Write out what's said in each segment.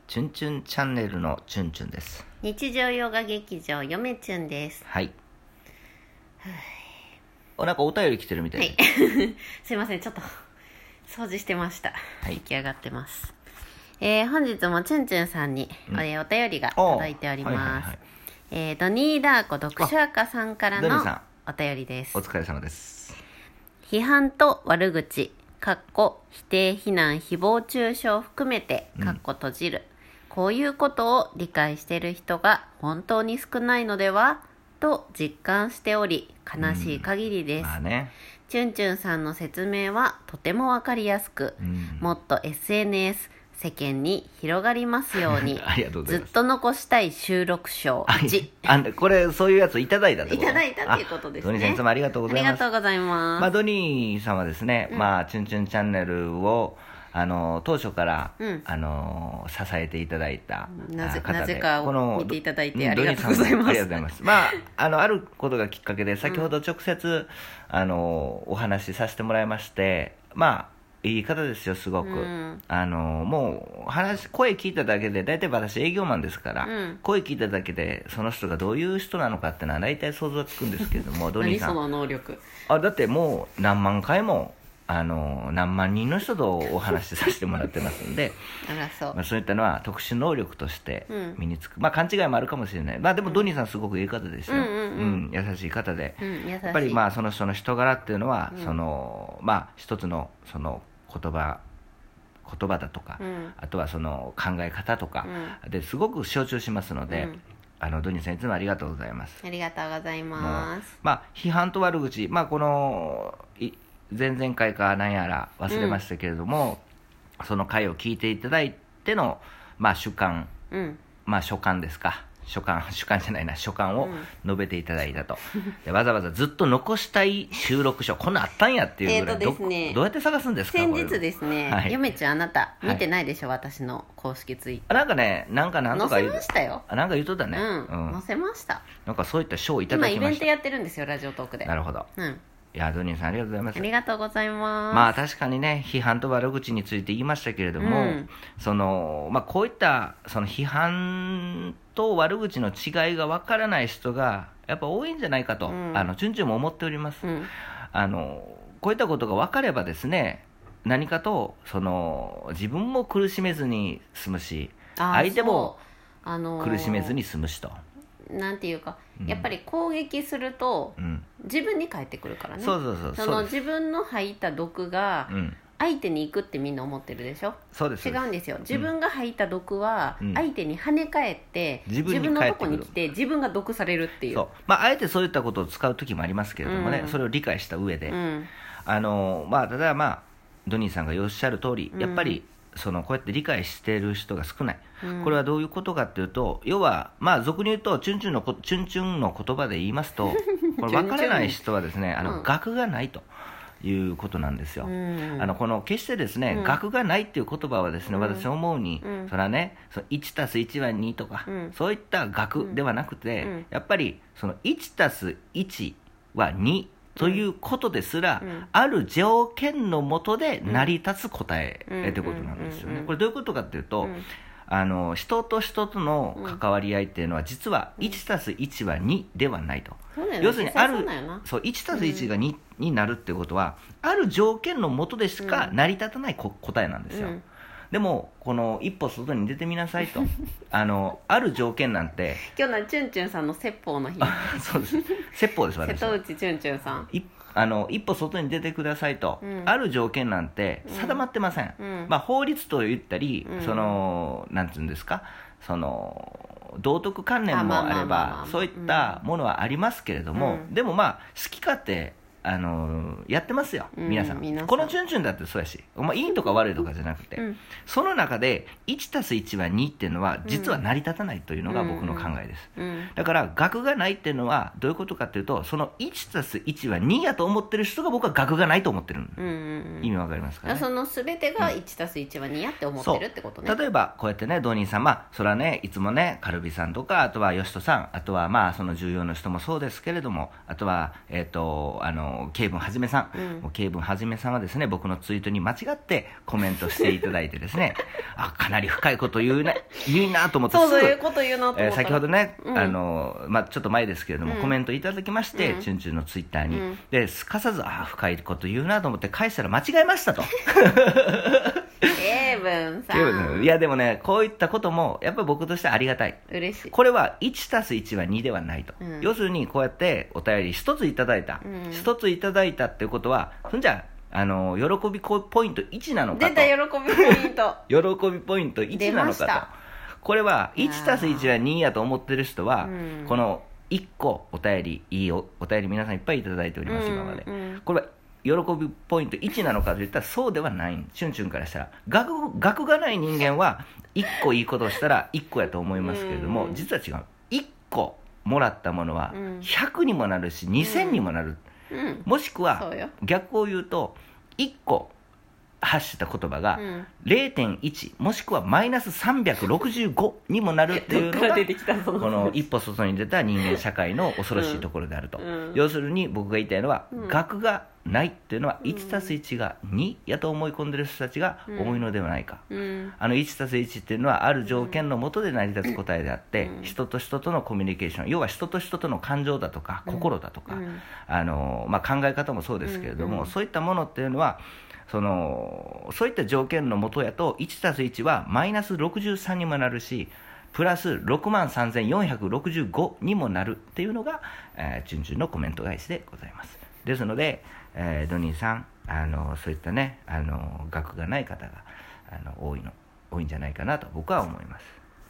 チュンチュンチャンネルのチュンチュンです。 日常ヨガ劇場よめちゅんです。 はい。なんかお便り来てるみたいで、 はい、すいません、ちょっと掃除してました。 はい、 出来上がってます。本日もチュンチュンさんに、お便りが届いております。ドニーダーコ読書赤さんからのお便りです。 お疲れ様です。 批判と悪口否定非難誹謗中傷を含めて閉じる、こういうことを理解している人が本当に少ないのではと実感しており悲しい限りです。チュンチュンさんの説明はとてもわかりやすく、もっと SNS 世間に広がりますようにずっと残したい収録賞1。 これそういうやついただいたってこと？ いただいたっていうことですね。 ドニーさんいつもありがとうございます。 ありがとうございます。 ドニーさんはですね、チュンチュンチャンネルを当初から、支えていただいた方で、 なぜか見ていただいてありがとうございます。 ありがとうございます。あることがきっかけで先ほど直接、お話しさせてもらいまして、いい方ですよ、すごく。もう声聞いただけで、大体私営業マンですから、声聞いただけでその人がどういう人なのかっていうのは大体想像つくんですけれども、ドニーさん。 何その能力。 だってもう何万回も何万人の人とお話しさせてもらってますんでそういったのは特殊能力として身につく、勘違いもあるかもしれない。でもドニーさんすごくいい方ですよ、優しい方で、やっぱりその人の人柄っていうのは、一つのその言葉だとか、あとはその考え方とかですごく象徴しますので、ドニーさんいつもありがとうございます。 ありがとうございます。 批判と悪口、この前々回か何やら忘れましたけれども、その回を聞いていただいての、主観、所感ですか、主観じゃないな、所感を述べていただいたと、でわざわざずっと残したい収録書、こんなんあったんやっていうぐらい、どうやって探すんですか？ 先日ですね、よめちゃんあなた見てないでしょ、私の公式ツイッター。なんとか載せましたよ。なんか言うとったね、載せました。なんかそういった賞をいただきました。今イベントやってるんですよ、ラジオトークで。なるほど。いや、ドニーさんありがとうございます。 ありがとうございます。 確かにね、批判と悪口について言いましたけれども、こういったその批判と悪口の違いが分からない人がやっぱ多いんじゃないかと、チュンチュンも思っております。こういったことが分かればですね、何かと自分も苦しめずに済むし、相手も苦しめずに済むしと。 なんていうか、やっぱり攻撃すると、自分に返ってくるからね。自分の吐いた毒が相手に行くってみんな思ってるでしょ。違うんですよ。自分が吐いた毒は相手に跳ね返って、自分のとこに来て自分が毒されるっていう。 あえてそういったことを使う時もありますけれどもね、それを理解した上で、ただドニーさんがおっしゃる通り、やっぱりこうやって理解している人が少ない、これはどういうことかというと、要は俗に言うとチュンチュンの言葉で言いますとこれ分からない人はですね、学がないということなんですよ。決してですね、学がないっていう言葉はですね、私思うに、それはね、1+1 は2とか、そういった学ではなくて、やっぱり1+1 は2ということですら、ある条件のもとで成り立つ答えってことなんですよね。これどういうことかっていうと、人と人との関わり合いっていうのは実は 1+1 は2ではないと。要するに1+1 が2になるってことは、ある条件のもとでしか成り立たない答えなんですよ。でもこの一歩外に出てみなさいとある条件なんて、 今日のチュンチュンさんの説法の日そうです、説法です。私瀬戸内チュンチュンさん、 一歩外に出てくださいと、ある条件なんて定まってません。法律と言ったり、なんていうんですか、道徳観念もあれば、そういったものはありますけれども、でも好き勝手やってますよ、皆さん。このチュンチュンだってそうやし、いいとか悪いとかじゃなくて、その中で 1+1 は2っていうのは実は成り立たないというのが僕の考えです。だから学がないっていうのはどういうことかっていうと、その 1+1 は2やと思ってる人が僕は学がないと思ってる。意味わかりますかね。 その全てが 1+1 は2やって思ってるってことね。 例えばこうやってね、ドニーさん、それはね、いつもね、カルビさんとか、あとは吉人さん、あとはその重要な人もそうですけれども、あとは慶文はじめさん、もう慶文はじめさんはですね、僕のツイートに間違ってコメントしていただいてですねかなり深いこと言うなと思って、 そういうこと言うなと思った、 先ほどね、ちょっと前ですけれども、コメントいただきまして、チュンチュンのツイッターに、ですかさず深いこと言うなと思って返したら間違えましたと慶文さん、 いやでもね、こういったこともやっぱり僕としてはありがたい。 嬉しい。 これは 1+1 は2ではないと、要するにこうやってお便り一ついただいた、一ついただいたっていうことは、そんじゃ喜びポイント1なのかと。 出た、喜びポイント喜びポイント1なのかと。これは 1+1 は2やと思ってる人は、この1個お便り、いいお便り皆さんいっぱいいただいております、今まで。これは喜びポイント1なのかといったらそうではない。チュンチュンからしたら学がない人間は1個いいことをしたら1個やと思いますけれども、実は違う。1個もらったものは100にもなるし2000にもなる、もしくは逆を言うと1個発した言葉が 0.1 もしくはマイナス365にもなるっていうのがこの一歩外に出た人間社会の恐ろしいところであると、要するに僕が言いたいのは、学がないっていうのは 1+1 が2やと思い込んでる人たちが多いのではないか、1+1 っていうのはある条件の下で成り立つ答えであって、人と人とのコミュニケーション、要は人と人との感情だとか心だとか、考え方もそうですけれども、そういったものっていうのはそういった条件のもとやと 1+1 はマイナス63にもなるしプラス63,465にもなるっていうのが、チュンチュンのコメント返しでございます。ですので、ドニーさんそういったね学がない方が多いんじゃないかなと僕は思います。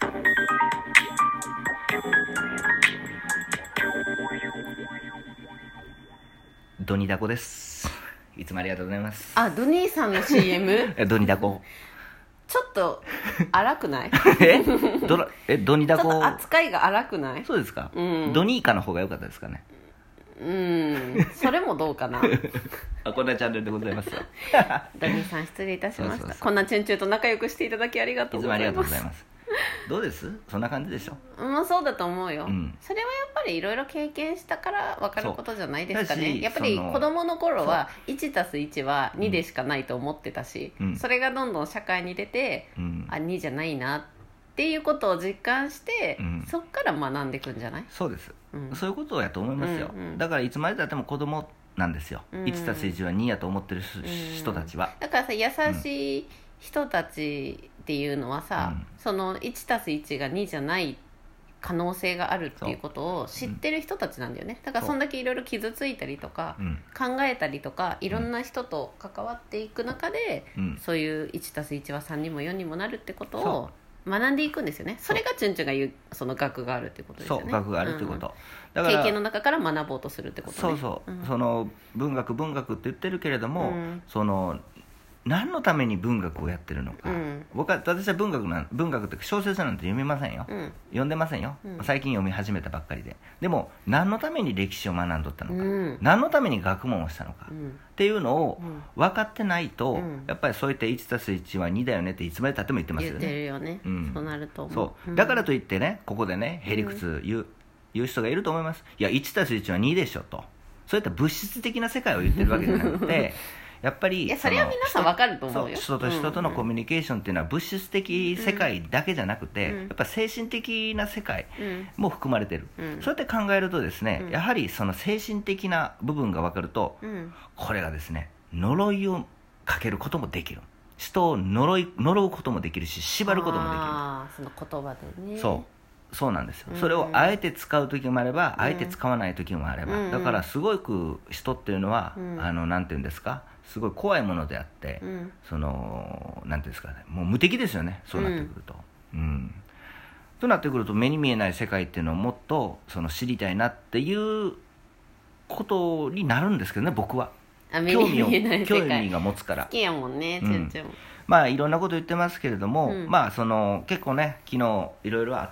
ドニダコです。いつもありがとうございます。 ドニーさんの CM ドニダコちょっと荒くないドニダコちょっと扱いが荒くない？ そうですか、ドニーカの方が良かったですかね。 それもどうかなこんなチャンネルでございますドニーさん失礼いたしました。こんなチュンチュンと仲良くしていただきありがとうございます。 いつもありがとうございます。どうです？そんな感じでしょ。 そうだと思うよ、それはやっぱりいろいろ経験したから分かることじゃないですかね。やっぱり子供の頃は 1+1 は2でしかないと思ってたし、それがどんどん社会に出て、2じゃないなっていうことを実感して、そっから学んでいくんじゃない？そうです、そういうことやと思いますよ、だからいつまでたっても子供なんですよ、1+1 は2やと思ってる人たちは。 だからさ、優しい人たちっていうのはさ、その 1+1 が2じゃない可能性があるっていうことを知ってる人たちなんだよね。だからそんだけいろいろ傷ついたりとか、考えたりとかいろんな人と関わっていく中で、そういう 1+1 は3にも4にもなるってことを学んでいくんですよね。それがチュンチュンが言うその学があるってことですよね。 そう、学があるってこと、 だから経験の中から学ぼうとするってことね。 その文学って言ってるけれども、その何のために文学をやってるのか、私は文学って小説なんて読みませんよ、読んでませんよ、最近読み始めたばっかりで。でも何のために歴史を学んどったのか、何のために学問をしたのか、っていうのを分かってないと、やっぱりそういった 1+1 は2だよねっていつまでたっても言ってますよね。 言ってるよね、そうなると思う。 だからといってね、ここでねへりくつ言う人がいると思います。いや 1+1 は2でしょと、そういった物質的な世界を言ってるわけじゃなくてやっぱりそれは皆さん分かると思うよ。 人と人とのコミュニケーションっていうのは物質的世界だけじゃなくて、やっぱ精神的な世界も含まれてる、そうやって考えるとですね、やはりその精神的な部分が分かると、これがですね呪いをかけることもできる、人を呪うこともできるし縛ることもできる。 その言葉でね。 そうなんですよ、それをあえて使う時もあれば、あえて使わない時もあれば、だからすごく人っていうのは、なんていうんですか、すごい怖いものであって、なんていうんですかね、もう無敵ですよね、そうなってくると、となってくると目に見えない世界っていうのをもっと知りたいなっていうことになるんですけどね、僕は。興味が持つから好きやもんね、チュンチュン。 いろんなこと言ってますけれども、結構ね昨日いろいろあって、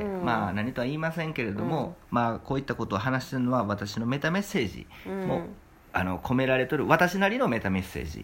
何とは言いませんけれども、こういったことを話してるのは私のメタメッセージも、込められてる私なりのメタメッセージ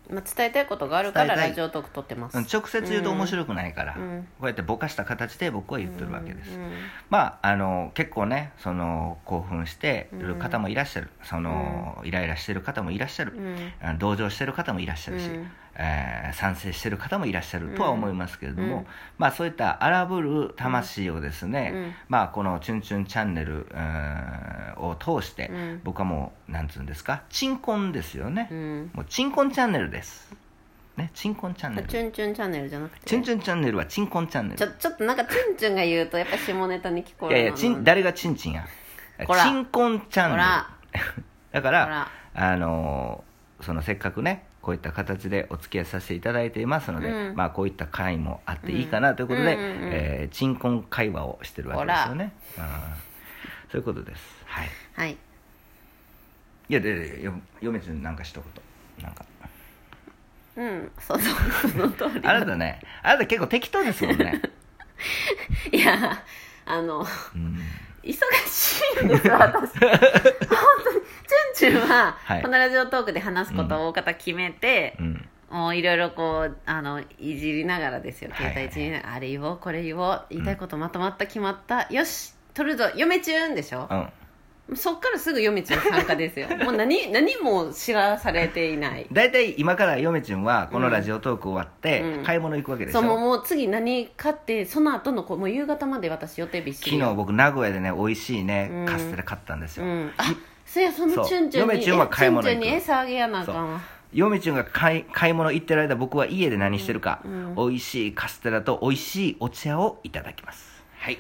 まあ、伝えたいことがあるから伝えたいラジオトーク撮ってます。 直接言うと面白くないから、 うんこうやってぼかした形で僕は言ってるわけです、 うんまあ結構ね興奮してる方もいらっしゃる、イライラしてる方もいらっしゃる、同情してる方もいらっしゃるし、賛成してる方もいらっしゃるとは思いますけれども、まあそういった荒ぶる魂をですね、まあこのチュンチュンチャンネル、を通して、僕はもうなんつうんですか、チンコンですよね、もうチンコンチャンネルですね、チンコンチャンネル。 チュンチュンチャンネルじゃなくて、 チュンチュンチャンネルはチンコンチャンネル。 ちょっとなんかチュンチュンが言うとやっぱ下ネタに聞こえる。 いやいや、誰がチンチンや。 こらチンコンチャンネル。だかほらら、 せっかくね、こういった形でお付き合いさせていただいていますので、まあこういった会もあっていいかなということで、チンコン会話をしてるわけですよね。そういうことです。はい。 はい。 いや、嫁ちゃんなんか一言。なんか。 その通り。 あなた結構適当ですもんね。 いや、忙しいんです私。本当にチュンチュンは、このラジオトークで話すことを大方決めて、もういろいろこういじりながらですよ、携帯いじりながら、あれ言おうこれ言おう、言いたいことまとまった決まった、よし取るぞ嫁チュンでしょ、そっからすぐ嫁ちゃん参加ですよ。もう何も知らされていない。 だいたい今から嫁ちゃんはこのラジオトーク終わって買い物行くわけでしょ。 そう、もう次何買って、その後のもう夕方まで私予定日してるよ。 昨日僕名古屋でね、美味しいね、カステラ買ったんですよ。 そうや、そのチュンチュンに嫁ちゃんは買い物行く。 チュンチュンに餌あげやなあかんわ。 嫁ちゃんが買い物行ってる間、僕は家で何してるか、美味しいカステラと美味しいお茶をいただきます。はい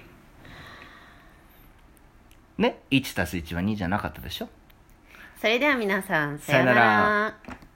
ね、1+1 は2じゃなかったでしょ。 それでは皆さん、 さよなら。